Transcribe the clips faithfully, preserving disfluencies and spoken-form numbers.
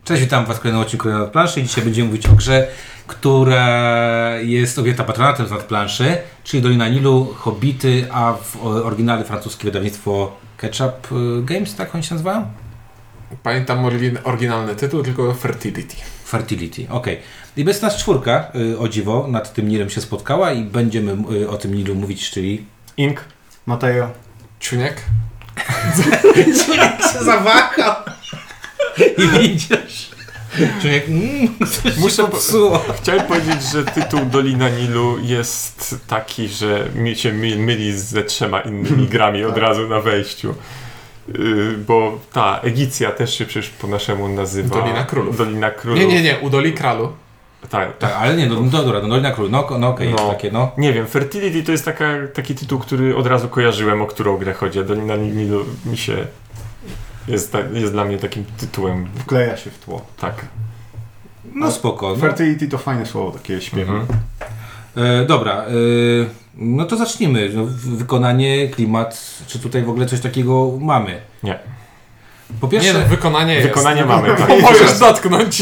Cześć, witam Was w kolejnym odcinku na planszy. Dzisiaj będziemy mówić o grze, która jest objęta patronatem z nadplanszy, czyli Dolina Nilu, Hobbity, a w oryginale francuskie wydawnictwo Ketchup Games, tak oni się nazywają? Pamiętam oryginalny tytuł, tylko Fertility. Fertility, okej. Okay. I bez nas czwórka, o dziwo, nad tym Nilem się spotkała i będziemy o tym Nilu mówić, czyli... Ink, Mateo, Czuniek. Czuniek się zawahał. I widzisz, Czuniek, mmm, coś muszę się popsuło. Po- chciałem powiedzieć, że tytuł Dolina Nilu jest taki, że mi się my- myli ze trzema innymi grami od razu na wejściu. Yy, bo ta Egicja też się przecież po naszemu nazywa Dolina Królów. Dolina Królów. Nie, nie, nie, u Doli Kralu. Tak, Tak, ale nie, no, no dobra, no Dolina Królów, no, no okej, okay, no, jest takie, no. Nie wiem, Fertility to jest taka, taki tytuł, który od razu kojarzyłem, o którą grę chodzi, a Dolina Nilu mi się... Jest, ta, jest dla mnie takim tytułem. Wkleja się w tło. Tak. No spoko. No. Fertility to fajne słowo, takie śpiewne. Mhm. E, dobra, e, no to zacznijmy. No, wykonanie, klimat, czy tutaj w ogóle coś takiego mamy? Nie. Po pierwsze... Nie, no, wykonanie, wykonanie jest. mamy. Tak. Możesz dotknąć.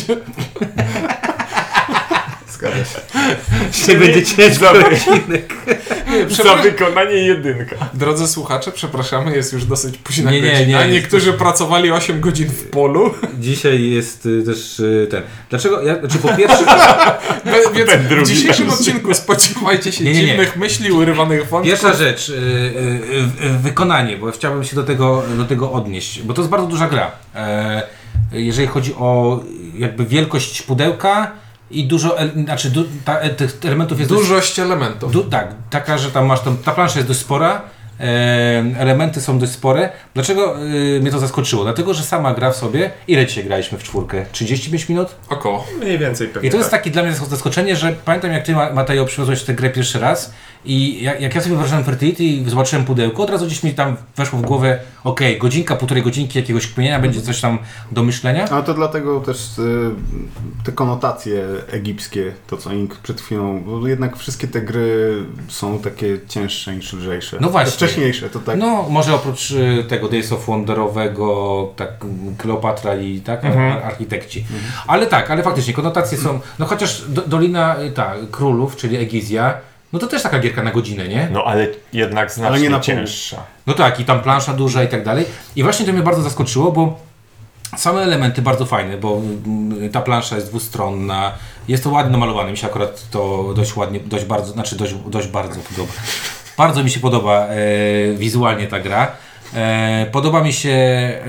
Zgadza się. Dzisiaj będzie ciężko odcinek. Za wykonanie jedynka. Drodzy słuchacze, przepraszamy, jest już dosyć późna Nie, nie, godzina. nie, Niektórzy jest... pracowali osiem godzin w polu. Dzisiaj jest y, też y, ten. Dlaczego? Ja, znaczy po pierwsze... Więc Ten drugi w dzisiejszym też. odcinku spodziewajcie się Nie, nie, nie. dziwnych myśli, urywanych wątków. Pierwsza rzecz, y, y, y, wykonanie, bo chciałbym się do tego, do tego odnieść, bo to jest bardzo duża gra. E, jeżeli chodzi o jakby wielkość pudełka i dużo, znaczy du, ta, tych elementów jest Dużość dość, elementów. Du, tak, taka, że tam masz tam, ta plansza jest dość spora, e, elementy są dość spore. Dlaczego e, mnie to zaskoczyło? Dlatego, że sama gra w sobie, ile dzisiaj graliśmy w czwórkę? trzydzieści pięć minut? Około. Mniej więcej pewnie. I to jest tak. takie dla mnie zaskoczenie, że pamiętam jak ty, Mateo, przywiozłeś tę grę pierwszy raz i jak, jak ja sobie wyobrażałem Fertility i zobaczyłem pudełko, od razu gdzieś mi tam weszło w głowę, okej, okay, godzinka, półtorej godzinki jakiegoś kmienia, będzie coś tam do myślenia. Ale to dlatego też y, te konotacje egipskie, to co Ink przed chwilą, bo jednak wszystkie te gry są takie cięższe niż lżejsze. No właśnie. Te wcześniejsze, to tak. No, może oprócz y, tego Days of Wonderowego, tak, Kleopatra i tak, Mhm. architekci. Mhm. Ale tak, ale faktycznie konotacje są, no chociaż do, Dolina y, ta, Królów, czyli Egizja, no to też taka gierka na godzinę, nie? No ale jednak znacznie Ale nie na pół. cięższa. No tak, i tam plansza duża i tak dalej. I właśnie to mnie bardzo zaskoczyło, bo same elementy bardzo fajne, bo mm, ta plansza jest dwustronna, jest to ładnie namalowane, mi się akurat to dość ładnie, dość bardzo, znaczy dość, dość bardzo podoba. Bardzo mi się podoba e, wizualnie ta gra. E, podoba mi się e,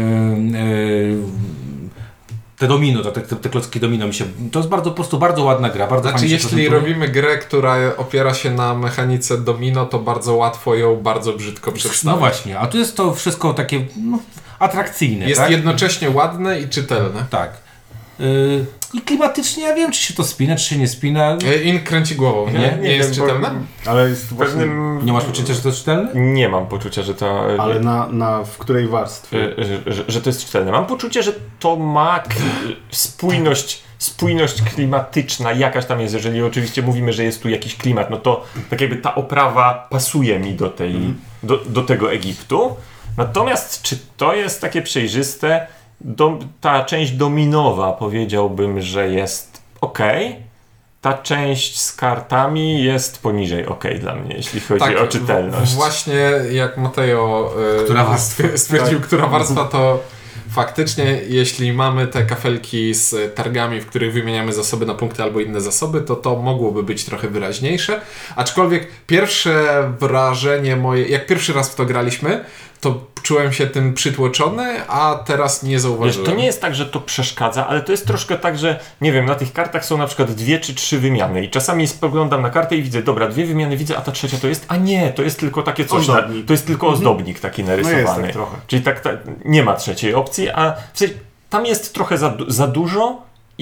e, te domino, te, te, te klocki domino mi się, to jest bardzo, po prostu bardzo ładna gra, bardzo Znaczy, fajnie się jeśli prezentuje. robimy grę, która opiera się na mechanice domino, to bardzo łatwo ją bardzo brzydko przedstawić. No właśnie, a tu jest to wszystko takie no, atrakcyjne. Jest tak? jednocześnie ładne i czytelne. Tak. Yy, I klimatycznie ja wiem, czy się to spina, czy się nie spina. In kręci głową, nie? Nie, Nie, nie jest wiem, bo- czytelne? Ale jest W właśnie, pewnym... Nie masz poczucia, że to jest czytelne? Nie mam poczucia, że to... ale na, na w której warstwie? Że, że, że to jest czytelne. Mam poczucie, że to ma k- spójność, spójność klimatyczna jakaś tam jest. Jeżeli oczywiście mówimy, że jest tu jakiś klimat, no to tak jakby ta oprawa pasuje mi do, tej, Mhm. do, do tego Egiptu. Natomiast czy to jest takie przejrzyste? Do, ta część dominowa powiedziałbym, że jest ok. Ta część z kartami jest poniżej ok dla mnie, jeśli chodzi o czytelność. w- właśnie jak Mateo y, Która warstwa? stwier- stwierdził, która warstwa, to faktycznie jeśli mamy te kafelki z targami, w których wymieniamy zasoby na punkty albo inne zasoby, to to mogłoby być trochę wyraźniejsze. Aczkolwiek pierwsze wrażenie moje, jak pierwszy raz w to graliśmy, to czułem się tym przytłoczony, a teraz nie Wiesz, zauważyłem. to nie jest tak, że to przeszkadza, ale to jest troszkę tak, że nie wiem, na tych kartach są na przykład dwie czy trzy wymiany i czasami spoglądam na kartę i widzę, dobra, dwie wymiany widzę, a ta trzecia to jest, a nie, to jest tylko takie coś, na, Ozdobnik. to jest tylko ozdobnik taki No narysowany. jest tak trochę. Czyli tak, tak nie ma trzeciej opcji, a w sensie, tam jest trochę za, du- za dużo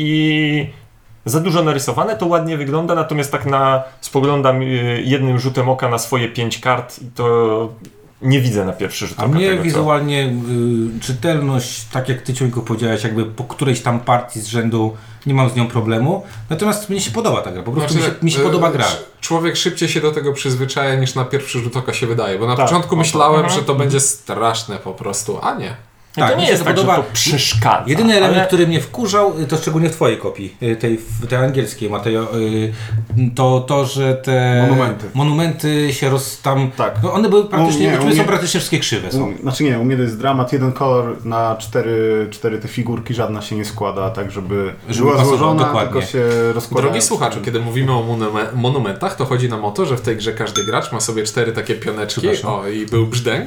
i za dużo narysowane, to ładnie wygląda, natomiast tak na spoglądam y, jednym rzutem oka na swoje pięć kart i to nie widzę na pierwszy rzut A oka mnie tego, co- wizualnie y, czytelność, tak jak ty Ciuńko powiedziałeś, jakby po którejś tam partii z rzędu nie mam z nią problemu. Natomiast mnie się podoba ta gra, po prostu Znaczy, mi się, mi się y, podoba gra. sz- Człowiek szybciej się do tego przyzwyczaja niż na pierwszy rzut oka się wydaje, bo na Tak, początku o to. myślałem, Mhm. że to będzie straszne po prostu, a nie. Tak, to nie mi się jest tak, podoba. że to przeszkadza. Jedyny element, ale... który mnie wkurzał, to szczególnie w twojej kopii, tej, tej angielskiej, Mateo, to to, że te Monumenty. monumenty się roz... tam... Tak. No one były praktycznie, nie, u u mnie- są praktycznie wszystkie krzywe. Są. U, znaczy nie, u mnie to jest dramat, jeden kolor na cztery, cztery te figurki, żadna się nie składa, tak żeby, Żeby była pasował, złożona, dokładnie. tylko się rozkłada. Drogi słuchaczu, kiedy mówimy o monume- monumentach, to chodzi nam o to, że w tej grze każdy gracz ma sobie cztery takie pioneczki. Przepraszam. O, i był brzdęk.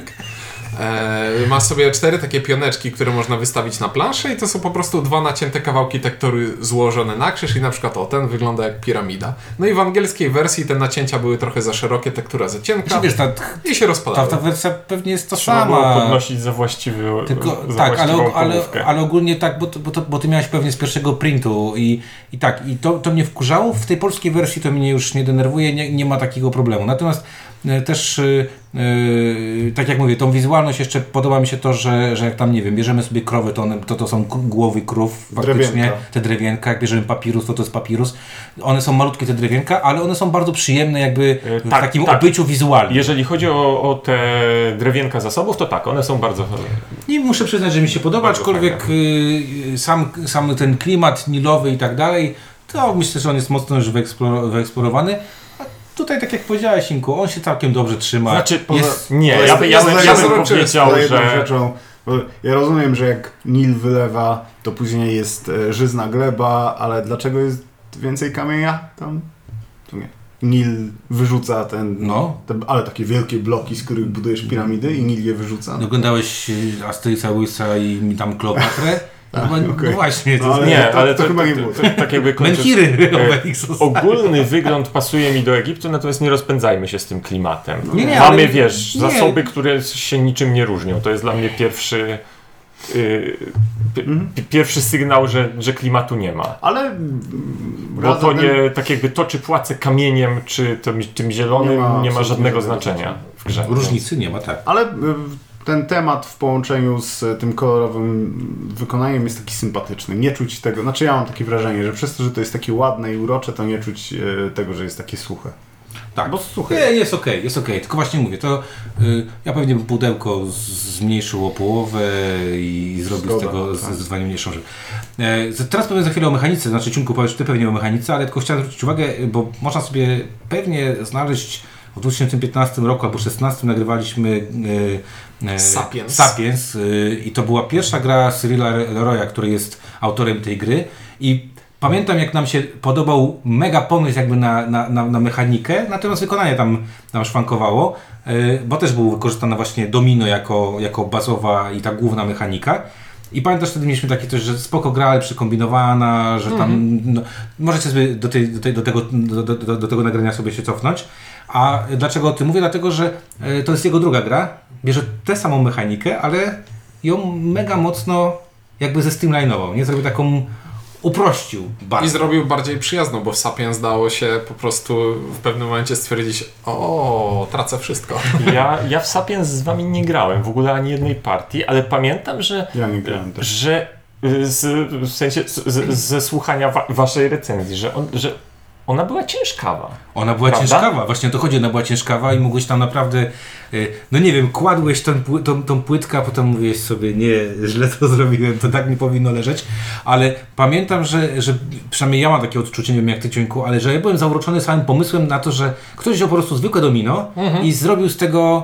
E, ma sobie cztery takie pioneczki, które można wystawić na planszę i to są po prostu dwa nacięte kawałki tektury złożone na krzyż i na przykład o, ten wygląda jak piramida. No i w angielskiej wersji te nacięcia były trochę za szerokie, tektura za cienka Znaczy, wiesz, ta, i się ta, rozpadały. ta wersja pewnie jest ta Trzeba było sama. podnosić za właściwy Tylko, za tak, ale, właściwą ale, komórkę. ale ogólnie tak, bo, to, bo, to, bo ty miałeś pewnie z pierwszego printu i, i tak, i to, to mnie wkurzało. W tej polskiej wersji to mnie już nie denerwuje, nie, nie ma takiego problemu. Natomiast e, też, e, e, tak jak mówię, tą wizualność jeszcze podoba mi się to, że, że jak tam, nie wiem, bierzemy sobie krowy, to one, to, to są k- głowy krów, faktycznie, Drewienka. te drewienka, jak bierzemy papirus, to to jest papirus. One są malutkie te drewienka, ale one są bardzo przyjemne jakby E, w tak, takim tak. obyciu wizualnym. Jeżeli chodzi o, o te drewienka zasobów, to tak, one są bardzo... I muszę przyznać, że mi się podoba, Bardzo aczkolwiek y, sam, sam ten klimat nilowy i tak dalej, to myślę, że on jest mocno już wyeksploro- wyeksplorowany. A tutaj, tak jak powiedziałeś, Inku, on się całkiem dobrze trzyma. Znaczy, poza, jest, nie, To ja, jest- by, ja, jest bym, ja zajęte bym powiedział, poza jedną że... rzeczą, bo ja rozumiem, że jak Nil wylewa, to później jest e, żyzna gleba, ale dlaczego jest więcej kamienia tam? Tu nie. Nil wyrzuca ten, No. te, ale takie wielkie bloki, z których budujesz piramidy i Nil je wyrzuca. Oglądałeś y, Asterisa, Łysa i mi tam Kleopatrę? No, chyba- okej. no właśnie, to No, ale Nie, to- ale to to, chyba to, nie to, było. to, tak jakby kończąc, Menhiry e, Obelix zostały. ogólny wygląd pasuje mi do Egiptu, natomiast nie rozpędzajmy się z tym klimatem. Nie, nie, Mamy, ale- wiesz, nie. zasoby, które się niczym nie różnią. To jest dla mnie pierwszy yy, p- Mhm. p- pierwszy sygnał, że, że klimatu nie ma. Ale mm, Bo razem to ten- nie, tak jakby to, czy płacę kamieniem, czy tym, tym zielonym, Nie nie ma ma, absolutnie żadnego żadnego znaczenia w grze. Różnicy nie ma, tak. Ale y, ten temat w połączeniu z tym kolorowym wykonaniem jest taki sympatyczny. Nie czuć tego, znaczy ja mam takie wrażenie, że przez to, że to jest takie ładne i urocze, to nie czuć y, tego, że jest takie suche. Tak, Bo słuchaj. nie, jest okej, jest okej, tylko właśnie mówię, to y, ja pewnie bym pudełko z- zmniejszył o połowę i zrobił Zgoda, z tego tak. zdecydowanie mniejszą rzecz. E, z- teraz powiem za chwilę o mechanice, znaczy Ciunku powiesz ty pewnie o mechanice, ale tylko chciałem zwrócić uwagę, bo można sobie pewnie znaleźć w dwa tysiące piętnastym roku albo dwa tysiące szesnastym nagrywaliśmy e, e, Sapiens. Sapiens e, i to była pierwsza gra Cyrila Leroya, który jest autorem tej gry i pamiętam, jak nam się podobał mega pomysł jakby na, na, na, na mechanikę, natomiast wykonanie tam, tam szwankowało, yy, bo też było wykorzystane właśnie domino jako, jako bazowa i ta główna mechanika. I pamiętasz, wtedy mieliśmy takie coś, że spoko gra, ale przekombinowana, że tam no, możecie sobie do, tej, do, tej, do, tego, do, do, do tego nagrania sobie się cofnąć. A dlaczego o tym mówię? Dlatego, że yy, to jest jego druga gra, bierze tę samą mechanikę, ale ją mega mocno jakby zestreamlinował, nie? Zrobił taką uprościł bardzo. I zrobił bardziej przyjazną, bo w Sapiens dało się po prostu w pewnym momencie stwierdzić, o, tracę wszystko. Ja, ja w Sapiens z wami nie grałem, w ogóle ani jednej partii, ale pamiętam, że, Ja nie grałem też. że y, z, w sensie z, z, ze słuchania wa, waszej recenzji, że, on, że ona była ciężkawa. Ona była Prawda? ciężkawa, właśnie o to chodzi, ona była ciężkawa i mogłeś tam naprawdę, y, no nie wiem, kładłeś tą, pły- tą, tą płytkę, a potem mówiłeś sobie, nie, źle to zrobiłem, to tak nie powinno leżeć, ale pamiętam, że, że przynajmniej ja mam takie odczucie, nie wiem jak ty, Ciuńku, ale że ja byłem zauroczony samym pomysłem na to, że ktoś wziął po prostu zwykłe domino i zrobił z tego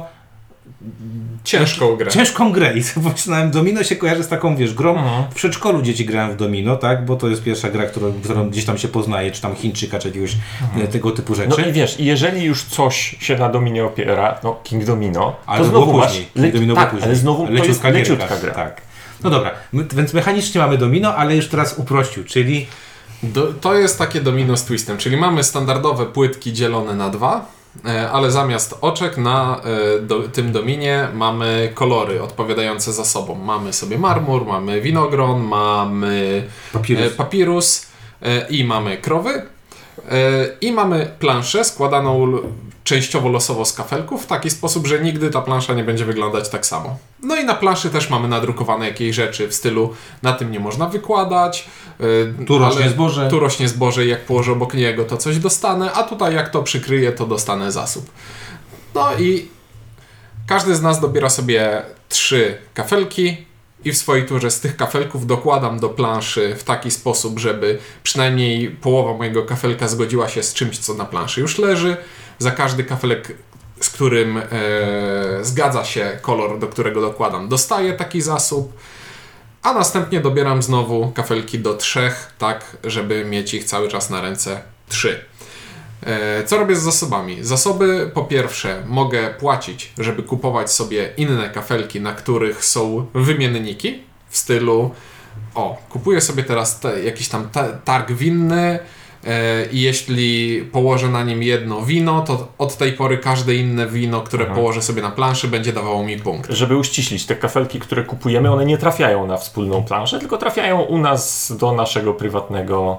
Ciężką grę. ciężką grę i sobie pomyślałem, domino się kojarzy z taką, wiesz, grą, Mhm. w przedszkolu dzieci grają w domino, tak, bo to jest pierwsza gra, którą, którą gdzieś tam się poznaje, czy tam Chińczyka, czy jakiegoś e, tego typu rzeczy. No i wiesz, i jeżeli już coś się na dominie opiera, no King Domino, Ale to to było znowu masz... później. Le- domino tak, było później. ale znowu to jest Leciutka gierka. leciutka gra. Tak. No dobra, my, więc mechanicznie mamy domino, ale już teraz uprościł, czyli Do, to jest takie domino z twistem, czyli mamy standardowe płytki dzielone na dwa, e, ale zamiast oczek na e, do, tym dominie mamy kolory odpowiadające zasobom. Mamy sobie marmur, mamy winogron, mamy papirus. e, papirus e, i mamy krowy e, i mamy planszę składaną l- częściowo losowo z kafelków w taki sposób, że nigdy ta plansza nie będzie wyglądać tak samo. No i na planszy też mamy nadrukowane jakieś rzeczy w stylu na tym nie można wykładać, e, Tu rośnie ale zboże. tu rośnie zboże i jak położę obok niego to coś dostanę, a tutaj jak to przykryję to dostanę zasób. No i każdy z nas dobiera sobie trzy kafelki i w swojej turze z tych kafelków dokładam do planszy w taki sposób, żeby przynajmniej połowa mojego kafelka zgodziła się z czymś, co na planszy już leży. Za każdy kafelek, z którym e, zgadza się kolor, do którego dokładam, dostaję taki zasób, a następnie dobieram znowu kafelki do trzech, tak, żeby mieć ich cały czas na ręce trzy. E, co robię z zasobami? Zasoby po pierwsze mogę płacić, żeby kupować sobie inne kafelki, na których są wymienniki w stylu o, kupuję sobie teraz te, jakiś tam ta, targ winny e, i jeśli położę na nim jedno wino, to od tej pory każde inne wino, które Aha. położę sobie na planszy, będzie dawało mi punkt. Żeby uściślić, te kafelki, które kupujemy, one nie trafiają na wspólną planszę, tylko trafiają u nas do naszego prywatnego...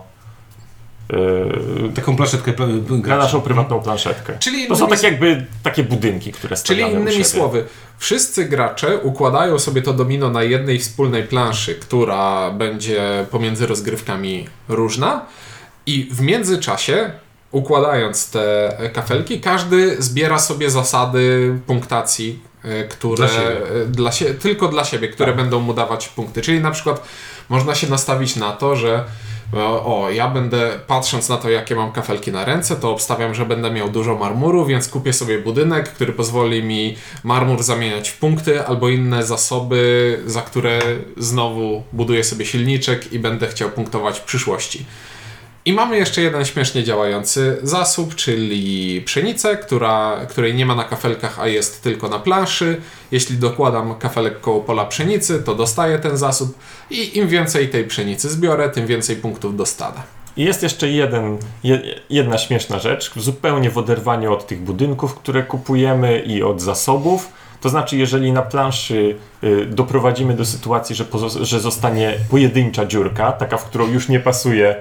Yy, Taką planszetkę pla- na naszą prywatną planszetkę. Czyli To są innymi- tak jakby takie budynki, które Czyli stawiamy u innymi siebie. słowy, wszyscy gracze układają sobie to domino na jednej wspólnej planszy, która będzie pomiędzy rozgrywkami różna i w międzyczasie, układając te kafelki, każdy zbiera sobie zasady punktacji, e, które Dla siebie. e, dla sie- tylko dla siebie, które Tak. będą mu dawać punkty. Czyli na przykład można się nastawić na to, że o, o, ja będę, patrząc na to, jakie mam kafelki na ręce, to obstawiam, że będę miał dużo marmuru, więc kupię sobie budynek, który pozwoli mi marmur zamieniać w punkty albo inne zasoby, za które znowu buduję sobie silniczek i będę chciał punktować w przyszłości. I mamy jeszcze jeden śmiesznie działający zasób, czyli pszenicę, która, której nie ma na kafelkach, a jest tylko na planszy. Jeśli dokładam kafelek koło pola pszenicy, to dostaję ten zasób i im więcej tej pszenicy zbiorę, tym więcej punktów dostanę. I jest jeszcze jeden, je, jedna śmieszna rzecz, zupełnie w oderwaniu od tych budynków, które kupujemy i od zasobów. To znaczy, jeżeli na planszy y, doprowadzimy do sytuacji, że, pozo- że zostanie pojedyncza dziurka, taka, w którą już nie pasuje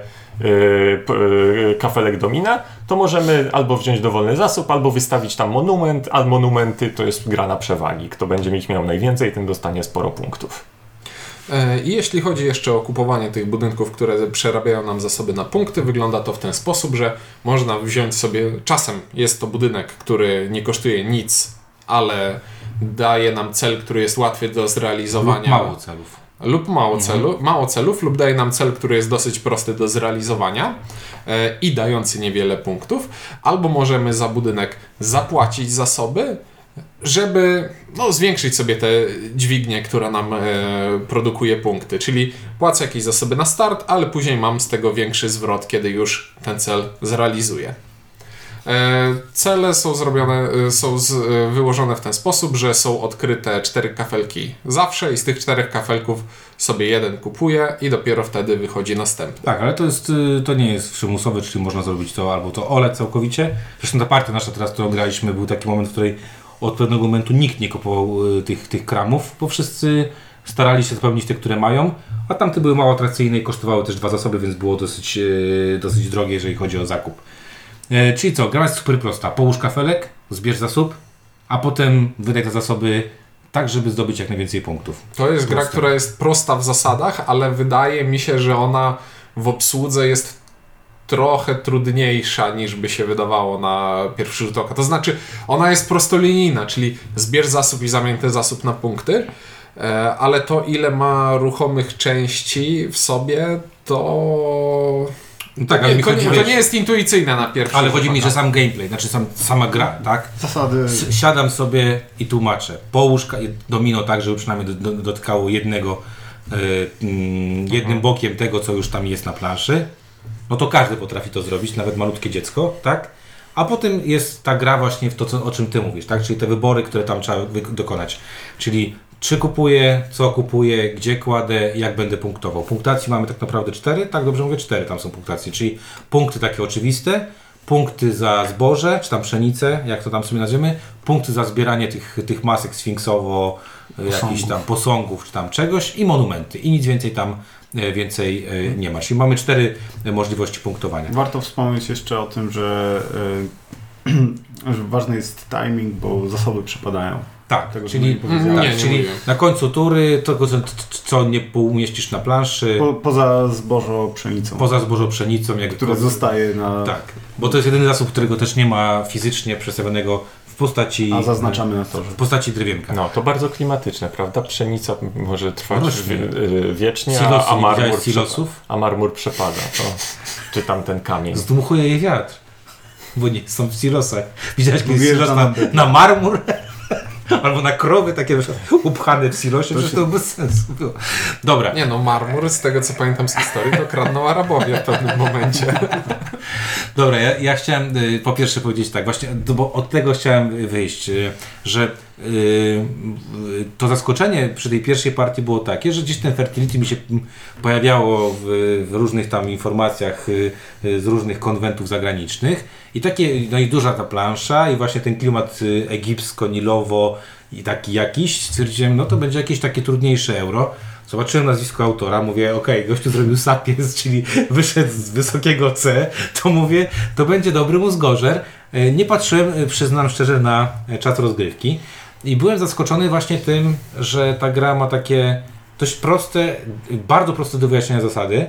y, p- y, kafelek domina, to możemy albo wziąć dowolny zasób, albo wystawić tam monument, a monumenty to jest gra na przewagi. Kto będzie mieć miał najwięcej, ten dostanie sporo punktów. E, I jeśli chodzi jeszcze o kupowanie tych budynków, które przerabiają nam zasoby na punkty, wygląda to w ten sposób, że można wziąć sobie, czasem jest to budynek, który nie kosztuje nic, ale daje nam cel, który jest łatwy do zrealizowania. Lub mało celów. Lub mało, celu, mało celów, lub daje nam cel, który jest dosyć prosty do zrealizowania e, i dający niewiele punktów, albo możemy za budynek zapłacić zasoby, żeby no, zwiększyć sobie tę dźwignię, która nam e, produkuje punkty. Czyli płacę jakieś zasoby na start, ale później mam z tego większy zwrot, kiedy już ten cel zrealizuję. E, cele są zrobione, e, są z, e, wyłożone w ten sposób, że są odkryte cztery kafelki zawsze i z tych czterech kafelków sobie jeden kupuję i dopiero wtedy wychodzi następny. Tak, ale to jest, y, to nie jest przymusowe, czyli można zrobić to albo to oleć całkowicie. Zresztą ta partia nasza teraz, którą graliśmy, był taki moment, w której od pewnego momentu nikt nie kupował y, tych, tych kramów, bo wszyscy starali się spełnić te, które mają, a tamte były mało atrakcyjne i kosztowały też dwa zasoby, więc było dosyć, y, dosyć drogie, jeżeli chodzi o zakup. E, czyli co, gra jest super prosta. Połóż kafelek, zbierz zasób, a potem wydaj te zasoby tak, żeby zdobyć jak najwięcej punktów. To jest gra, Proste. która jest prosta w zasadach, ale wydaje mi się, że ona w obsłudze jest trochę trudniejsza niż by się wydawało na pierwszy rzut oka. To znaczy, ona jest prostolinijna, czyli zbierz zasób i zamień ten zasób na punkty, e, ale to ile ma ruchomych części w sobie, to... No tak, to, ale nie, mi to, chodzi, nie, to wiesz, nie jest intuicyjne na pierwszy ale rzut chodzi mi, oka. że sam gameplay, znaczy sam, sama gra, tak? Zasady. S- Siadam sobie i tłumaczę. Połóż ka- domino tak, żeby przynajmniej do, do, dotykało jednego, y, mm, jednym bokiem tego, co już tam jest na planszy. No to każdy potrafi to zrobić, nawet malutkie dziecko, tak? A potem jest ta gra właśnie w to, co, o czym ty mówisz, tak? Czyli te wybory, które tam trzeba wy- dokonać. Czyli czy kupuję, co kupuję, gdzie kładę, jak będę punktował. Punktacji mamy tak naprawdę cztery, tak dobrze mówię, cztery tam są punktacje, czyli punkty takie oczywiste, punkty za zboże, czy tam pszenicę, jak to tam sobie nazwiemy, punkty za zbieranie tych, tych masek sfinksowo, jakichś tam posągów, czy tam czegoś i monumenty. I nic więcej tam e, więcej e, nie ma. Czyli mamy cztery e, możliwości punktowania. Warto wspomnieć jeszcze o tym, że, y, że ważny jest timing, bo zasoby przypadają. Tak, Tego, co czyli, nie powiedziałem. tak, Nie, nie czyli mówiłem. na końcu tury to, co, co nie umieścisz na planszy, Po, poza zbożo pszenicą, poza zbożą pszenicą, jak które zostaje na... Tak, bo to jest jedyny zasób, którego też nie ma fizycznie przedstawionego w postaci... A zaznaczamy na torze. W postaci drewienka. No, to bardzo klimatyczne, prawda? Pszenica może trwać Rośnie. wie, wiecznie, Silosy, a, a, nie marmur widziałeś silosów? przepa- a marmur przepada. To, czy tam ten kamień. Zdmuchuje je wiatr. Bo nie są w silosach. Widziałeś kiedyś Wjeżdża silos na, na tył. na marmur? Albo na krowy takie na przykład upchane w silosie? Przecież to bez sensu było. Dobra. Nie no, marmur, z tego co pamiętam z historii, to kradną Arabowie w pewnym momencie. Dobra, ja, ja chciałem y, po pierwsze powiedzieć tak, właśnie, to, bo od tego chciałem wyjść, y, że y, y, to zaskoczenie przy tej pierwszej partii było takie, że gdzieś ten fertility mi się pojawiało w, w różnych tam informacjach y, y, z różnych konwentów zagranicznych i takie, no i duża ta plansza i właśnie ten klimat y, egipsko-nilowo i taki jakiś, stwierdziłem, no to będzie jakieś takie trudniejsze euro. Zobaczyłem nazwisko autora, mówię, okej, okay, gościu zrobił Sapiens, czyli wyszedł z wysokiego C, to mówię, to będzie dobry mózgorzer. Nie patrzyłem, przyznam szczerze, na czas rozgrywki i byłem zaskoczony właśnie tym, że ta gra ma takie dość proste, bardzo proste do wyjaśnienia zasady,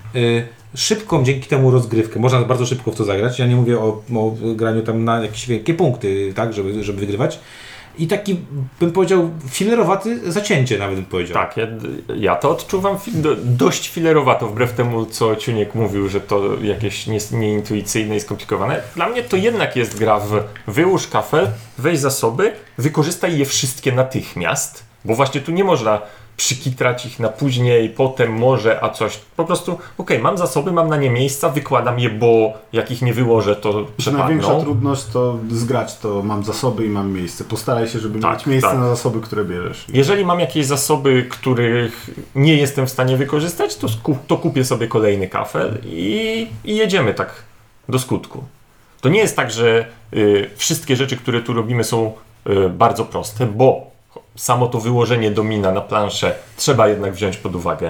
szybką dzięki temu rozgrywkę, można bardzo szybko w to zagrać, ja nie mówię o, o graniu tam na jakieś wielkie punkty, tak, żeby, żeby wygrywać. I taki, bym powiedział, filerowaty zacięcie nawet bym powiedział. Tak, ja, ja to odczuwam fi- do, dość filerowato, wbrew temu, co Ciuniek mówił, że to jakieś nie, nieintuicyjne i skomplikowane. Dla mnie to jednak jest gra w wyłóż kafel, weź zasoby, wykorzystaj je wszystkie natychmiast, bo właśnie tu nie można przykitrać ich na później, potem może, a coś. Po prostu, okej, okay, mam zasoby, mam na nie miejsca, wykładam je, bo jak ich nie wyłożę, to przepadną. Największa trudność to zgrać to mam zasoby i mam miejsce. Postaraj się, żeby tak, mieć miejsce tak. na zasoby, które bierzesz. Jeżeli mam jakieś zasoby, których nie jestem w stanie wykorzystać, to, sku- to kupię sobie kolejny kafel i, i jedziemy tak do skutku. To nie jest tak, że y, wszystkie rzeczy, które tu robimy, są y, bardzo proste, bo samo to wyłożenie domina na planszę trzeba jednak wziąć pod uwagę.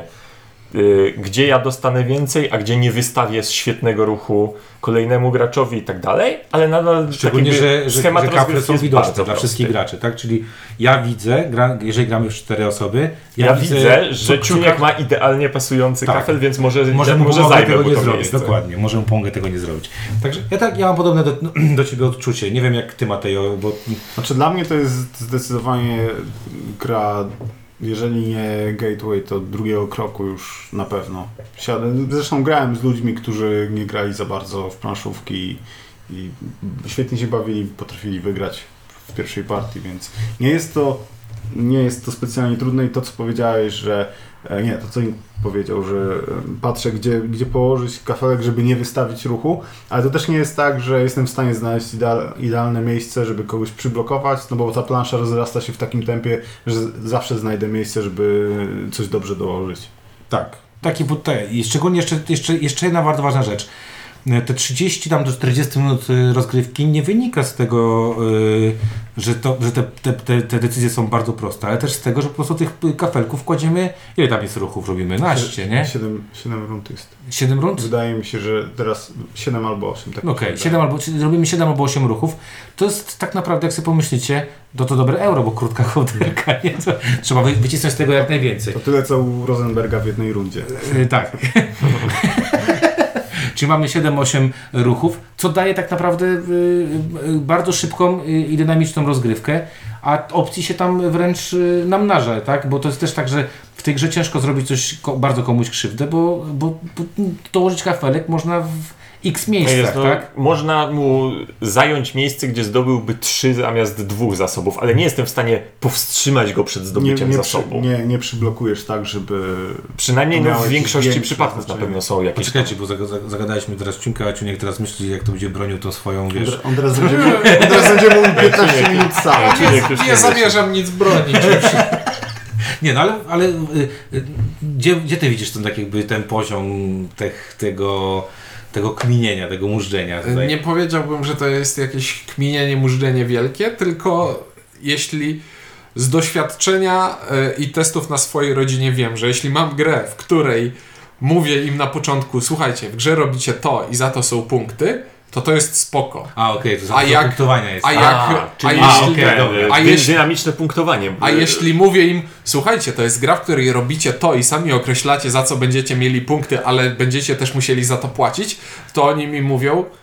Yy, gdzie ja dostanę więcej, a gdzie nie wystawię z świetnego ruchu kolejnemu graczowi i tak dalej, ale nadal Szczególnie, taki że, że, schemat że kafle rozgrywki są jest widoczne bardzo dla prosty. wszystkich graczy, tak? Czyli ja widzę, gra, jeżeli gramy w cztery osoby, ja, Ja, widzę, że co- Ciuniek co- ma idealnie pasujący Tak. kafel, więc może, Może mu może pomogę zajmę tego mu nie to zrobić, miejsce. dokładnie, może mu pomogę tego nie zrobić. Także ja tak, ja mam podobne do, no, do Ciebie odczucie, nie wiem jak Ty, Matejo, bo... Znaczy dla mnie to jest zdecydowanie gra, jeżeli nie gateway, to drugiego kroku już na pewno. Siadłem, zresztą grałem z ludźmi, którzy nie grali za bardzo w planszówki i świetnie się bawili, potrafili wygrać w pierwszej partii, więc nie jest to, nie jest to specjalnie trudne i to, co powiedziałeś, że nie, to co im powiedział, że patrzę, gdzie, gdzie położyć kafelek, żeby nie wystawić ruchu, ale to też nie jest tak, że jestem w stanie znaleźć ideal, idealne miejsce, żeby kogoś przyblokować, no bo ta plansza rozrasta się w takim tempie, że zawsze znajdę miejsce, żeby coś dobrze dołożyć. Tak, taki but te. I szczególnie jeszcze, jeszcze, jeszcze jedna bardzo ważna rzecz. Te trzydzieści tam do czterdziestu minut rozgrywki nie wynika z tego, yy, że, to, że te, te, te, te decyzje są bardzo proste, ale też z tego, że po prostu tych kafelków kładziemy, ile tam jest ruchów robimy? Naście, nie? siedem, siedem rund jest. siedem rund? Wydaje mi się, że teraz siedem albo osiem. Tak Okej, okay, siedem albo, robimy siedem albo osiem ruchów. To jest tak naprawdę, jak sobie pomyślicie, to to dobre euro, bo krótka kołderka, nie? To trzeba wy, wycisnąć z tego jak najwięcej. To tyle, co u Rosenberga w jednej rundzie. Yy, tak. Czyli mamy siedem osiem ruchów, co daje tak naprawdę y, y, bardzo szybką y, i dynamiczną rozgrywkę, a opcji się tam wręcz y, namnaża, tak? Bo to jest też tak, że w tej grze ciężko zrobić coś ko- bardzo komuś krzywdę, bo, bo, bo dołożyć kafelek można w x miejscach, Jest, no, tak? można mu zająć miejsce, gdzie zdobyłby trzy zamiast dwóch zasobów, ale nie jestem w stanie powstrzymać go przed Nie, zdobyciem nie, zasobu. przy, nie, nie przyblokujesz tak, żeby... Przynajmniej no, w miałeś większości większe przypadków na znaczenie. pewno są jakieś. Poczekajcie, bo zag- zagadaliśmy teraz Ciunka, a Ciuniek teraz myśli, jak to będzie bronił tą swoją, wiesz... On teraz będzie miał, on teraz będzie mówił piętnaście minut sam. Ciuniek już Nie, nie nie zamierzam nic bronić. Nie, no ale, ale y, y, gdzie, gdzie ty widzisz ten, tak jakby, ten poziom tych, tego, tego kminienia, tego mużdżenia tutaj? Nie powiedziałbym, że to jest jakieś kminienie, mużdżenie wielkie, tylko jeśli z doświadczenia y, i testów na swojej rodzinie wiem, że jeśli mam grę, w której mówię im na początku, słuchajcie, w grze robicie to i za to są punkty, to to jest spoko. A okej, okay, to A za jak- punktowania jest. a A, jak- A, czyli a jeśli, okej, dobra. a A jeśli, jeśli- dynamiczne punktowanie. A jeśli mówię im, słuchajcie, to jest gra, w której robicie to i sami określacie, za co będziecie mieli punkty, ale będziecie też musieli za to płacić, to oni mi mówią,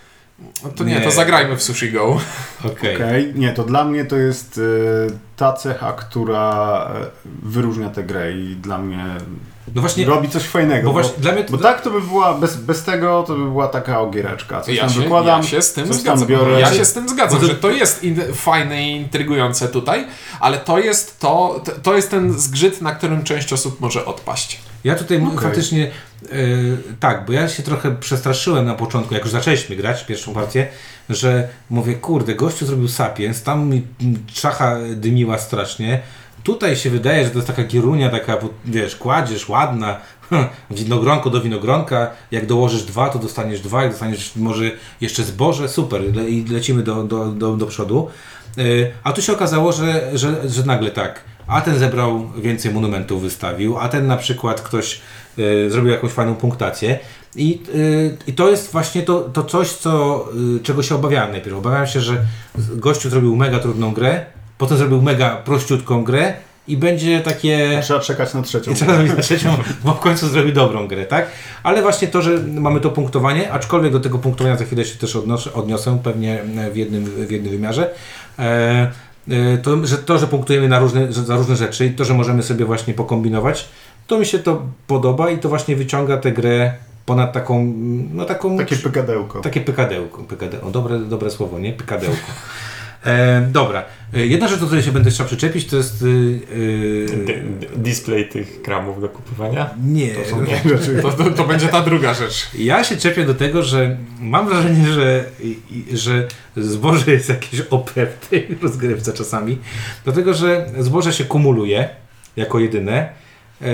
To nie, Nie. to zagrajmy w Sushi Go. Okej. Okej, nie, to dla mnie to jest y, ta cecha, która y, wyróżnia tę grę i dla mnie No właśnie, robi coś fajnego. bo Bo, właśnie dla mnie bo tak to by była, bez, bez tego to by była taka ogiereczka. Coś Ja tam się, wykładam, ja się z tym coś zgadzam. tam biorę. Ja się z tym zgadzam, Bo to- że to jest in, fajne i intrygujące tutaj, ale to jest to, to- to jest ten zgrzyt, na którym część osób może odpaść. Ja tutaj m- Okej. faktycznie yy, tak, bo ja się trochę przestraszyłem na początku, jak już zaczęliśmy grać pierwszą partię, że mówię, kurde, gościu zrobił Sapiens, tam mi m, czacha dymiła strasznie. Tutaj się wydaje, że to jest taka gierunia, taka, wiesz, kładziesz, ładna, winogronko do winogronka, jak dołożysz dwa, to dostaniesz dwa, jak dostaniesz może jeszcze zboże, super, le, i lecimy do, do, do, do przodu. Yy, a tu się okazało, że, że, że nagle tak, a ten zebrał więcej monumentów, wystawił, a ten na przykład ktoś y, zrobił jakąś fajną punktację i, y, i to jest właśnie to, to coś, co, y, czego się obawiałem najpierw. Obawiałem się, że gościu zrobił mega trudną grę, potem zrobił mega prościutką grę i będzie takie... Trzeba czekać na trzecią. I trzeba zrobić na trzecią, bo w końcu zrobi dobrą grę, tak? Ale właśnie to, że mamy to punktowanie, aczkolwiek do tego punktowania za chwilę się też odnoszę, odniosę, pewnie w jednym, w jednym wymiarze, e, To że, to, że punktujemy na różne, za różne rzeczy i to, że możemy sobie właśnie pokombinować, to mi się to podoba i to właśnie wyciąga tę grę ponad taką, no taką... Takie pykadełko. Takie pykadełko. pykadełko. Dobre, dobre słowo, nie? Pykadełko. E, dobra. E, Jedna rzecz, do której się będę chciał przyczepić, to jest... Yy, D- d- display tych kramów do kupowania? nie. To są te rzeczy. To, to, to będzie ta druga rzecz. Ja się czepię do tego, że mam wrażenie, że, i- i- że zboże jest jakieś O P w tej rozgrywce czasami. Dlatego, że zboże się kumuluje jako jedyne.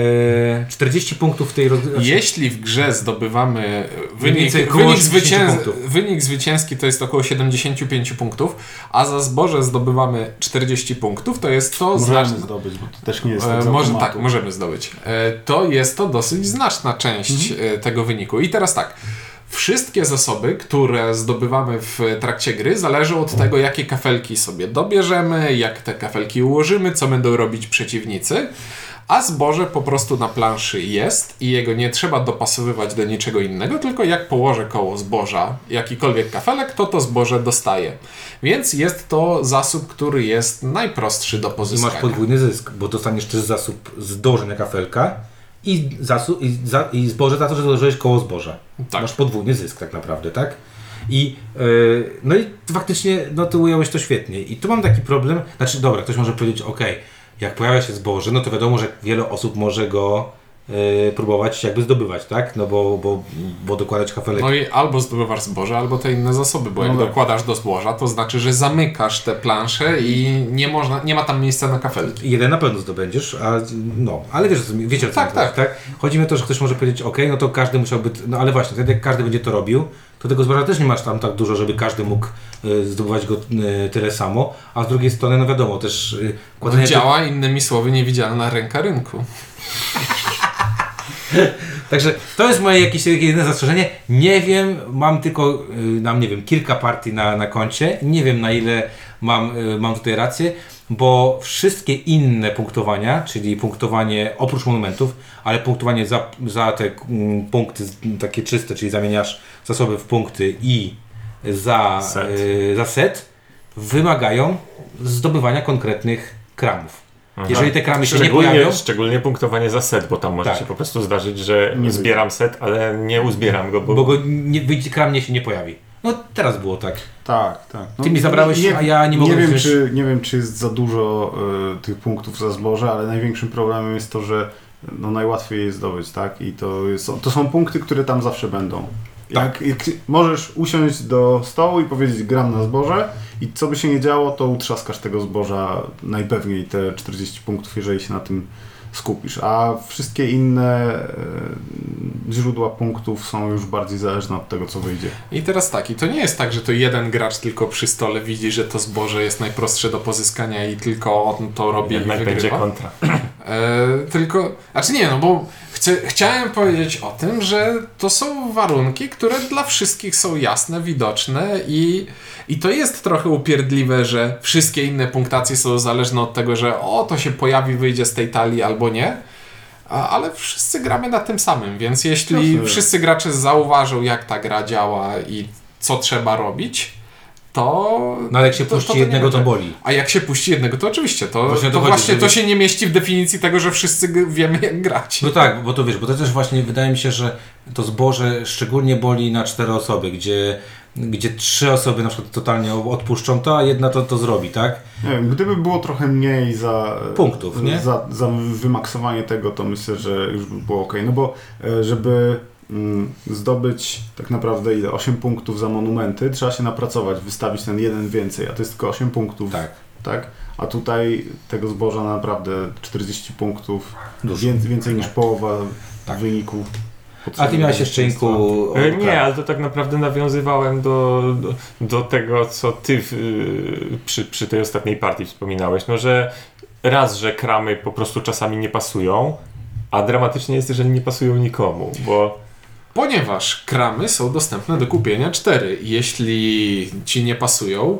E, czterdzieści punktów w tej rozgrywce. Jeśli w grze zdobywamy wynik, więcej, około wynik, osiemdziesiąt zwycięs- punktów. wynik zwycięski to jest około siedemdziesiąt pięć punktów, a za zboże zdobywamy czterdzieści punktów, to jest to Możemy znaczne. zdobyć, bo to też nie jest E, tak z może automatu. tak, możemy zdobyć. E, to jest to dosyć znaczna część Mhm. e, tego wyniku. I teraz tak. Wszystkie zasoby, które zdobywamy w trakcie gry, zależą od tego, jakie kafelki sobie dobierzemy, jak te kafelki ułożymy, co będą robić przeciwnicy. A zboże po prostu na planszy jest i jego nie trzeba dopasowywać do niczego innego, tylko jak położę koło zboża jakikolwiek kafelek, to to zboże dostaje. Więc jest to zasób, który jest najprostszy do I pozyskania. masz podwójny zysk, bo dostaniesz też zasób z dołożenia kafelka i, zasób, i, za, i zboże za to, że dołożyłeś koło zboża. Tak. Masz podwójny zysk tak naprawdę, tak? I yy, no i faktycznie no ty ująłeś to świetnie. I tu mam taki problem, znaczy dobra, ktoś może powiedzieć, ok, jak pojawia się zboże, no to wiadomo, że wiele osób może go yy, próbować jakby zdobywać, tak? No bo, bo, bo dokładać kafelek. No i albo zdobywasz zboże, albo te inne zasoby, bo jak No tak. dokładasz do zboża, to znaczy, że zamykasz te plansze i nie można, nie ma tam miejsca na kafelki. Jeden na pewno zdobędziesz, a no, ale wiesz, o co mi- wiecie o co Tak, mi chodzi, tak. tak? Chodzi mi o to, że ktoś może powiedzieć, ok, no to każdy musiałby, no ale właśnie, wtedy jak każdy będzie to robił, to tego zboża też nie masz tam tak dużo, żeby każdy mógł y, zdobywać go y, tyle samo, a z drugiej strony, no wiadomo, też y, kładzenie... Działa, innymi słowy, niewidzialna ręka rynku. Także to jest moje jakieś jedyne zastrzeżenie. Nie wiem, mam tylko, y, mam nie wiem, kilka partii na, na koncie, nie wiem na ile mam, y, mam tutaj rację, bo wszystkie inne punktowania, czyli punktowanie oprócz monumentów, ale punktowanie za, za te mm, punkty z- takie czyste, czyli zamieniasz zasoby w punkty i za Set. y, za set, wymagają zdobywania konkretnych kramów. Jeżeli te kramy się nie pojawią, Szczególnie, szczególnie punktowanie za set, bo tam może Tak. się po prostu zdarzyć, że Nie zbieram set, ale nie uzbieram go, bo, bo go nie, wyjdzie- kram nie się nie pojawi. No teraz było tak. Tak, tak. No, Ty mi zabrałeś, a ja nie mogłem Nie wiem, wziąć- czy, nie wiem, czy jest za dużo y, tych punktów za zboże, ale największym problemem jest to, że no, najłatwiej je zdobyć, tak? I to, jest, to są punkty, które tam zawsze będą. Jak, jak możesz usiąść do stołu i powiedzieć gram na zboże i co by się nie działo, to utrzaskasz tego zboża najpewniej te czterdzieści punktów, jeżeli się na tym skupisz. A wszystkie inne e, źródła punktów są już bardziej zależne od tego, co wyjdzie. I teraz tak, i to nie jest tak, że to jeden gracz tylko przy stole widzi, że to zboże jest najprostsze do pozyskania i tylko on to robi jednak i będzie wygrywa. kontra. E, tylko, znaczy nie, no bo chcę, chciałem powiedzieć o tym, że to są warunki, które dla wszystkich są jasne, widoczne i, i to jest trochę upierdliwe, że wszystkie inne punktacje są zależne od tego, że o, to się pojawi, wyjdzie z tej talii albo nie. A, ale wszyscy gramy na tym samym, więc jeśli Jasne. wszyscy gracze zauważą, jak ta gra działa i co trzeba robić, to... No ale jak się to, puści to, to jednego, to będzie. boli. A jak się puści jednego, to oczywiście, to Właśnie to, o to chodzi, właśnie że to wiesz- się nie mieści w definicji tego, że wszyscy g- wiemy jak grać. No tak, bo to wiesz, bo to też właśnie wydaje mi się, że to zboże szczególnie boli na cztery osoby, gdzie, gdzie trzy osoby na przykład totalnie odpuszczą to, a jedna to, to zrobi, tak? Nie wiem, gdyby było trochę mniej za Punktów, nie? Za, za wymaksowanie tego, to myślę, że już by było ok. No bo e, żeby mm, zdobyć tak naprawdę ile? osiem punktów za monumenty, trzeba się napracować, wystawić ten jeden więcej, a to jest tylko osiem punktów. Tak. Tak? A tutaj tego zboża naprawdę czterdzieści punktów, Dużo. Wię, więcej niż połowa Tak. wyniku. A ty miałeś jeszcze Inku... E, Nie, ale to tak naprawdę nawiązywałem do, do, do tego, co ty w, przy, przy tej ostatniej partii wspominałeś. No, że raz, że kramy po prostu czasami nie pasują, a dramatycznie jest, jeżeli nie pasują nikomu, bo... Ponieważ kramy są dostępne do kupienia cztery. Jeśli ci nie pasują,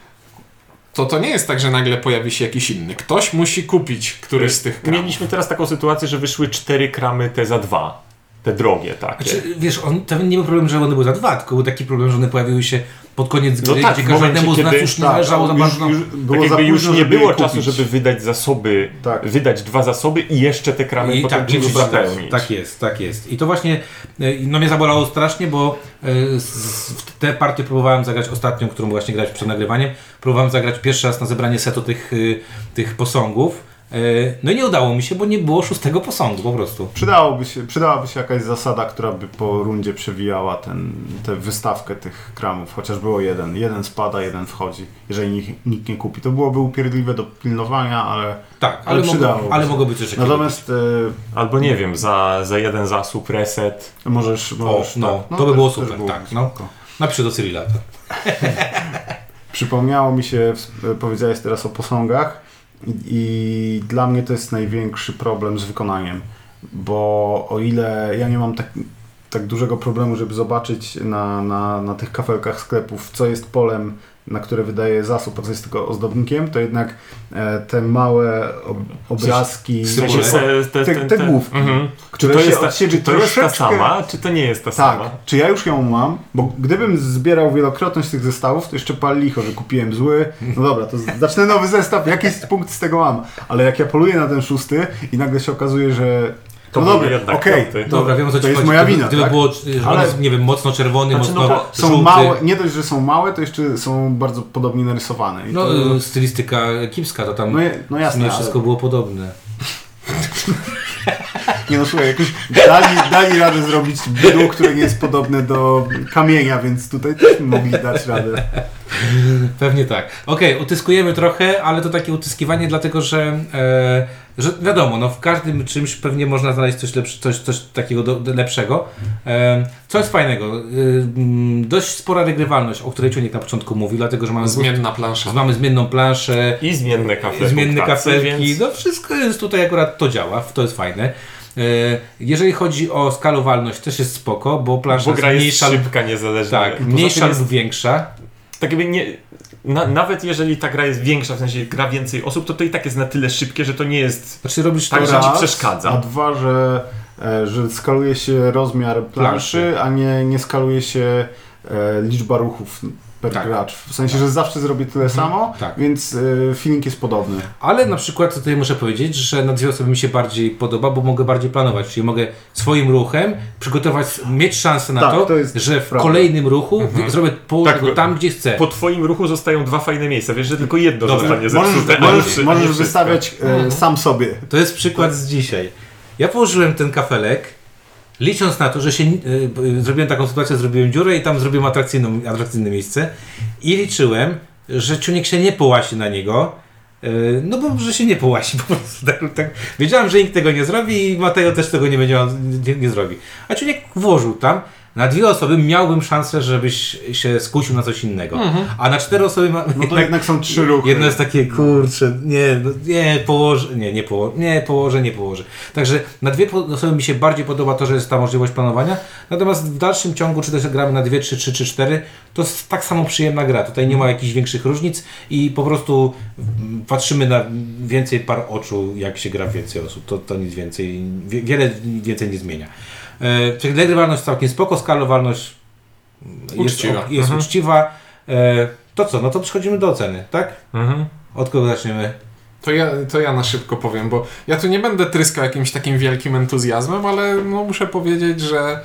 to to nie jest tak, że nagle pojawi się jakiś inny. Ktoś musi kupić któryś z tych kramów. Mieliśmy teraz taką sytuację, że wyszły cztery kramy te za dwa. Te drogie takie. Znaczy, wiesz, on, to nie był problem, że one były za dwa, tylko był taki problem, że one pojawiły się pod koniec No gry, tak, gdzie w momencie, każdemu z nas kiedy- już nie tak, zależało za już- bardzo. już Tak było jakby za już późno, nie żeby było je czasu, kupić. żeby wydać zasoby, Tak. wydać dwa zasoby i jeszcze te kramy I potem tak, czymś i wypełnić. tak jest, tak jest. I to właśnie e, no mnie zabolało strasznie, bo e, z, w tę partię próbowałem zagrać ostatnią, którą właśnie grać przed nagrywaniem. Próbowałem zagrać pierwszy raz na zebranie setu tych, y, tych posągów. E, no i nie udało mi się, bo nie było szóstego posągu po prostu. Przydałoby się, przydałaby się jakaś zasada, która by po rundzie przewijała ten, tę wystawkę tych kramów, chociaż było jeden. Jeden spada, jeden wchodzi, jeżeli nikt, nikt nie kupi. To byłoby upierdliwe do pilnowania, ale, Tak, ale, ale mogło, przydałoby ale się. mogło być coś takiego. Natomiast Albo nie wiem, za, za jeden zasób, reset. e, możesz... możesz no, tak. to by było też- też super, byłoby tak, no. spoko. Napiszę do Cyrila. Tak. Przypomniało mi się, w- powiedziałeś teraz o posągach i, i dla mnie to jest największy problem z wykonaniem, bo o ile ja nie mam tak, tak dużego problemu, żeby zobaczyć na, na, na tych kafelkach sklepów, co jest polem, na które wydaje zasób, a co jest tylko ozdobnikiem, to jednak e, te małe ob, obrazki, Sy- Takie Symbole. se- te, te, te, te te, główki, Mhm. które to się jest ta, od siebie czy to jest ta troszeczkę... sama, czy to nie jest ta Tak, sama? czy ja już ją mam, bo gdybym zbierał wielokrotność tych zestawów, to jeszcze pal licho, że kupiłem zły, no dobra, to z- zacznę nowy zestaw, jakiś punkt z tego mam, ale jak ja poluję na ten szósty i nagle się okazuje, że To no były dobra, jednak okej, piąty. to, Dobra, wiem o co ci to jest chodzi. moja Gdyby- wina, Gdyby tak? było, że Ale- on jest, nie wiem, mocno czerwony, Znaczy, no mocno bo są żółty. małe, nie dość, że są małe, to jeszcze są bardzo podobnie narysowane. I No, to, y, stylistyka kiepska, to tam no, je- no jasne, nie ale- wszystko było podobne. nie no słuchaj, jakoś dali, dali radę zrobić bydło, które nie jest podobne do kamienia, więc tutaj też mogli dać radę. Pewnie tak. Okej, utyskujemy trochę, ale to takie utyskiwanie dlatego, że, e, że wiadomo, no w każdym czymś pewnie można znaleźć coś, lepsze, coś, coś takiego do, do lepszego. E, co jest fajnego? E, mm, dość spora regrywalność, o której Ciunek na początku mówił, dlatego, że mamy, Zmienna plansza. mamy zmienną planszę, I zmienne kafelki. zmienne kafelki, Więc... no wszystko jest tutaj akurat, to działa, to jest fajne. E, jeżeli chodzi o skalowalność, też jest spoko, bo plansza Bo jest gra jest mniejsza, szybka, niezależnie. tak, Poza mniejsza tym jest, lub większa. tak jakby nie, na, nawet jeżeli ta gra jest większa, w sensie gra więcej osób, to to i tak jest na tyle szybkie, że to nie jest... Znaczy robisz Tak, to że ci Raz, przeszkadza. A dwa, że, e, że skaluje się rozmiar planszy, a nie, nie skaluje się e, liczba ruchów per Tak. gracz. W sensie, że zawsze zrobię tyle samo, tak. więc e, feeling jest podobny. Ale na przykład tutaj muszę powiedzieć, że na dwie osoby mi się bardziej podoba, bo mogę bardziej planować, czyli mogę swoim ruchem przygotować, mieć szansę na Tak, to, to jest że w prawda. kolejnym ruchu wy- zrobię połowę Tak, go tam, gdzie chcę. Po twoim ruchu zostają dwa fajne miejsca, wiesz, że tylko jedno Dobra. zostanie Możesz, zepsute. a nie możesz, wszy- a nie możesz wszystko. wystawiać e, sam sobie. To jest przykład z dzisiaj. Ja położyłem ten kafelek, licząc na to, że się y, y, zrobiłem taką sytuację, zrobiłem dziurę i tam zrobiłem atrakcyjną, atrakcyjne miejsce i liczyłem, że Ciunek się nie połasi na niego. y, No bo, że się nie połasi po prostu. Tak, tak. Wiedziałem, że nikt tego nie zrobi i Mateo też tego nie będzie, nie, nie zrobi. A Ciunek włożył tam. Na dwie osoby miałbym szansę, żebyś się skusił na coś innego. A na cztery osoby ma, No to jednak są trzy ruchy. jedno jest takie, kurczę, nie, no, nie, położę, nie, nie, poło, nie, położę, nie położę. Także na dwie po- osoby mi się bardziej podoba to, że jest ta możliwość planowania, natomiast w dalszym ciągu, czy też gramy na dwie, trzy, trzy, czy cztery, to jest tak samo przyjemna gra. Tutaj nie ma jakichś większych różnic i po prostu mm, patrzymy na więcej par oczu, jak się gra w więcej osób. To, to nic więcej, wie, wiele więcej nie zmienia. E, czyli regrywalność całkiem spoko, skalowalność jest, Uczciwa. jest Mhm. uczciwa. E, to co, no to przechodzimy do oceny, tak? Mhm. Od kogo zaczniemy? To ja, to ja na szybko powiem, bo ja tu nie będę tryskał jakimś takim wielkim entuzjazmem, ale no muszę powiedzieć, że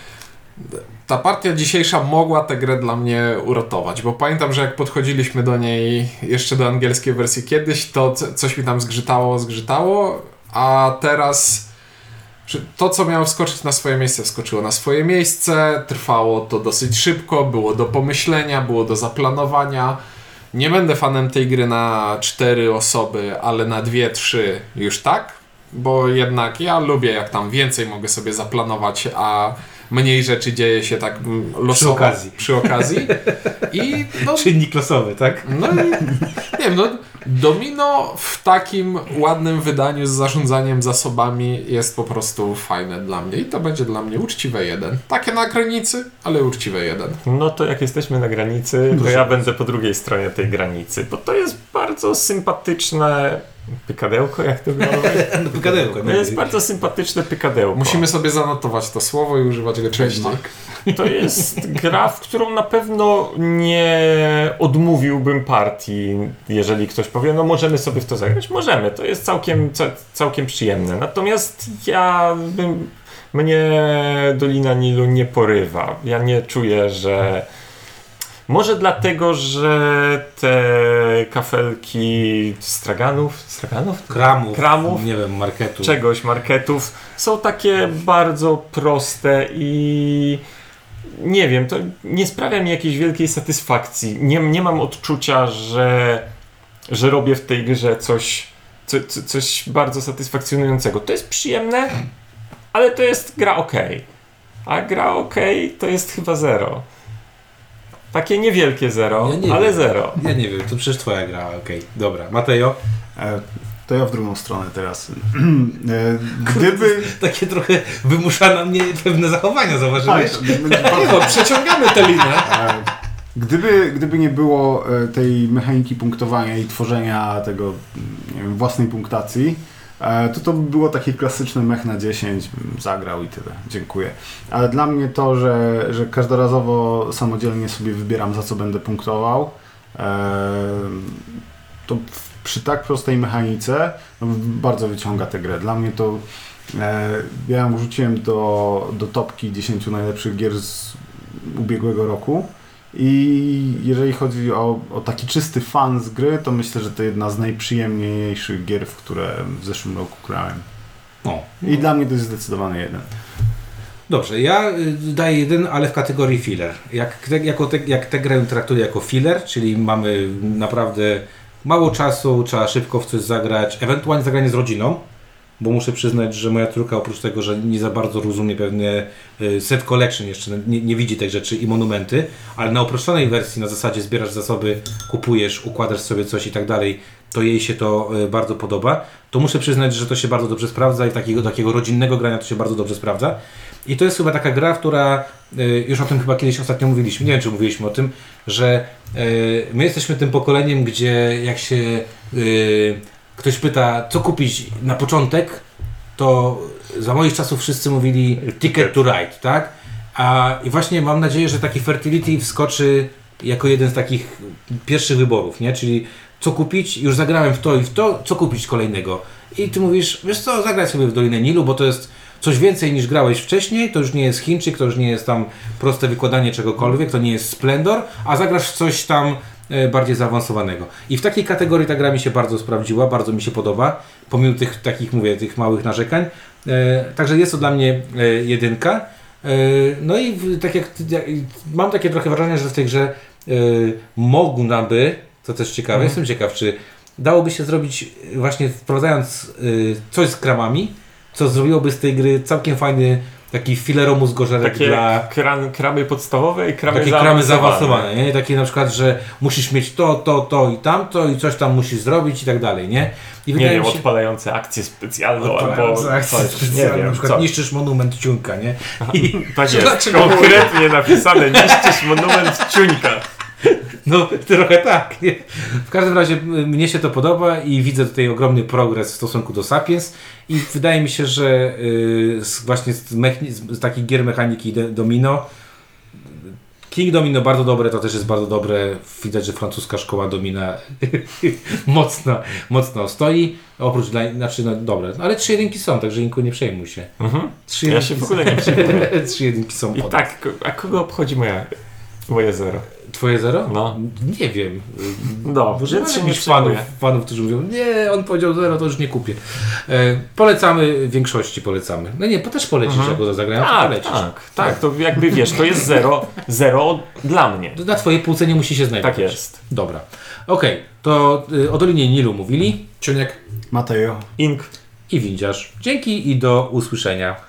ta partia dzisiejsza mogła tę grę dla mnie uratować, bo pamiętam, że jak podchodziliśmy do niej jeszcze do angielskiej wersji kiedyś, to c- coś mi tam zgrzytało, zgrzytało, a teraz że to, co miało wskoczyć na swoje miejsce, wskoczyło na swoje miejsce, trwało to dosyć szybko, było do pomyślenia, było do zaplanowania. Nie będę fanem tej gry na cztery osoby, ale na dwie, trzy już tak, bo jednak ja lubię, jak tam więcej mogę sobie zaplanować, a mniej rzeczy dzieje się tak mm, losowo. Przy okazji. Przy okazji. I no, Czynnik losowy, tak? no i nie wiem, no Domino w takim ładnym wydaniu z zarządzaniem zasobami jest po prostu fajne dla mnie i to będzie dla mnie uczciwe jeden. Takie na granicy, ale uczciwe jeden. No to jak jesteśmy na granicy, to ja będę po drugiej stronie tej granicy, bo to jest bardzo sympatyczne pykadełko, jak to było? No, pykadełko. To jest bardzo sympatyczne pykadełko. Musimy sobie zanotować to słowo i używać go częściej. To jest gra, w którą na pewno nie odmówiłbym partii, jeżeli ktoś powie, no możemy sobie w to zagrać. Możemy, to jest całkiem, ca- całkiem przyjemne. Natomiast ja bym, mnie Dolina Nilu nie porywa. Ja nie czuję, że... Może dlatego, że te kafelki straganów, straganów? Kramów, Kramów? nie wiem, marketu. Czegoś, marketów, są takie bardzo proste i nie wiem, to nie sprawia mi jakiejś wielkiej satysfakcji. Nie, nie mam odczucia, że, że robię w tej grze coś, co, co, coś bardzo satysfakcjonującego. To jest przyjemne, ale to jest gra ok. A gra ok to jest chyba zero. Takie niewielkie zero, Ja nie ale wiem. zero. Ja nie wiem, to przecież twoja gra, okej. Dobra, Matejo? E, to ja w drugą stronę teraz. E, gdyby... Takie trochę wymusza na mnie pewne zachowania, zauważyłeś? Tak, Nie no, przeciągamy tę linę. E, Gdyby, gdyby nie było e, tej mechaniki punktowania i tworzenia tego, nie wiem, własnej punktacji, e, to to by było takie klasyczne mech na dziesięć, bym zagrał i tyle. Dziękuję. Ale dla mnie to, że, że każdorazowo samodzielnie sobie wybieram, za co będę punktował, e, to w, przy tak prostej mechanice no, bardzo wyciąga tę grę. Dla mnie to e, ja ją wrzuciłem do, do topki dziesięciu najlepszych gier z ubiegłego roku. I jeżeli chodzi o, o taki czysty fan z gry, to myślę, że to jedna z najprzyjemniejszych gier, w które w zeszłym roku grałem. O. I dla mnie to jest zdecydowany jeden. Dobrze, ja y, daję jeden, ale w kategorii filler. Jak, te, jako te, jak tę grę traktuję jako filler, czyli mamy naprawdę mało czasu, trzeba szybko w coś zagrać, ewentualnie zagranie z rodziną, bo muszę przyznać, że moja córka oprócz tego, że nie za bardzo rozumie pewne y, set collection jeszcze, nie, nie widzi tych rzeczy i monumenty, ale na uproszczonej wersji na zasadzie zbierasz zasoby, kupujesz, układasz sobie coś i tak dalej, to jej się to y, bardzo podoba, to muszę przyznać, że to się bardzo dobrze sprawdza i takiego, takiego rodzinnego grania to się bardzo dobrze sprawdza. I to jest chyba taka gra, która, y, już o tym chyba kiedyś ostatnio mówiliśmy, nie wiem czy mówiliśmy o tym, że y, my jesteśmy tym pokoleniem, gdzie jak się y, ktoś pyta, co kupić na początek, to za moich czasów wszyscy mówili Ticket to Ride, tak? A i właśnie mam nadzieję, że taki Fertility wskoczy jako jeden z takich pierwszych wyborów, nie? Czyli co kupić, już zagrałem w to i w to, co kupić kolejnego. I ty mówisz, wiesz co, zagraj sobie w Dolinę Nilu, bo to jest coś więcej niż grałeś wcześniej, to już nie jest Chińczyk, to już nie jest tam proste wykładanie czegokolwiek, to nie jest Splendor, a zagrasz w coś tam e, bardziej zaawansowanego. I w takiej kategorii ta gra mi się bardzo sprawdziła, bardzo mi się podoba, pomimo tych takich, mówię, tych małych narzekań. E, także jest to dla mnie e, jedynka. E, no i w, tak jak, jak mam takie trochę wrażenie, że w tej grze e, mogła by, co też ciekawe, mm. jestem ciekaw, czy dałoby się zrobić właśnie wprowadzając e, coś z kramami, co zrobiłoby z tej gry całkiem fajny taki fileromózgorzelek Takie dla... kran, kramy podstawowe i kramy Takie kramy zaawansowane, nie? Takie na przykład, że musisz mieć to, to, to i tamto i coś tam musisz zrobić i tak dalej, nie? I Nie wiem, mi się... odpalające akcję specjalną Odpalające albo akcję coś, specjalną, nie wiem, na przykład co. niszczysz monument Ciuńka, nie? I... Tak jest, Dlaczego? konkretnie napisane, niszczysz monument Ciuńka. No trochę tak, nie? W każdym razie m- mnie się to podoba i widzę tutaj ogromny progres w stosunku do Sapiens i wydaje mi się, że y, z, właśnie z, mechni- z, z takich gier mechaniki de- Domino King Domino bardzo dobre, to też jest bardzo dobre. Widać, że francuska szkoła domina mocno, mocno stoi. Oprócz dla, znaczy no dobre, ale trzy jedynki są, także Inku nie przejmuj się. Mhm. Trzy Ja jedynki się w ogóle nie przejmuję. Trzy jedynki są I od. tak, a kogo obchodzi moja, moje zero? Twoje zero? No. Nie wiem. No, Może więc się nie jakichś fanów, przejmuję. fanów, którzy mówią, nie, on powiedział zero, to już nie kupię. E, polecamy, w większości polecamy. No nie, bo też polecisz, Mhm. jak go zagrają, to Tak, polecisz. tak, tak, to jakby wiesz, to jest zero, zero dla mnie. Na twojej półce nie musi się znajdować. Tak jest. Dobra. Okej, to y, o Dolinie Nilu mówili Ciuniek. Mateo. Ink. i Windziarz. Dzięki i do usłyszenia.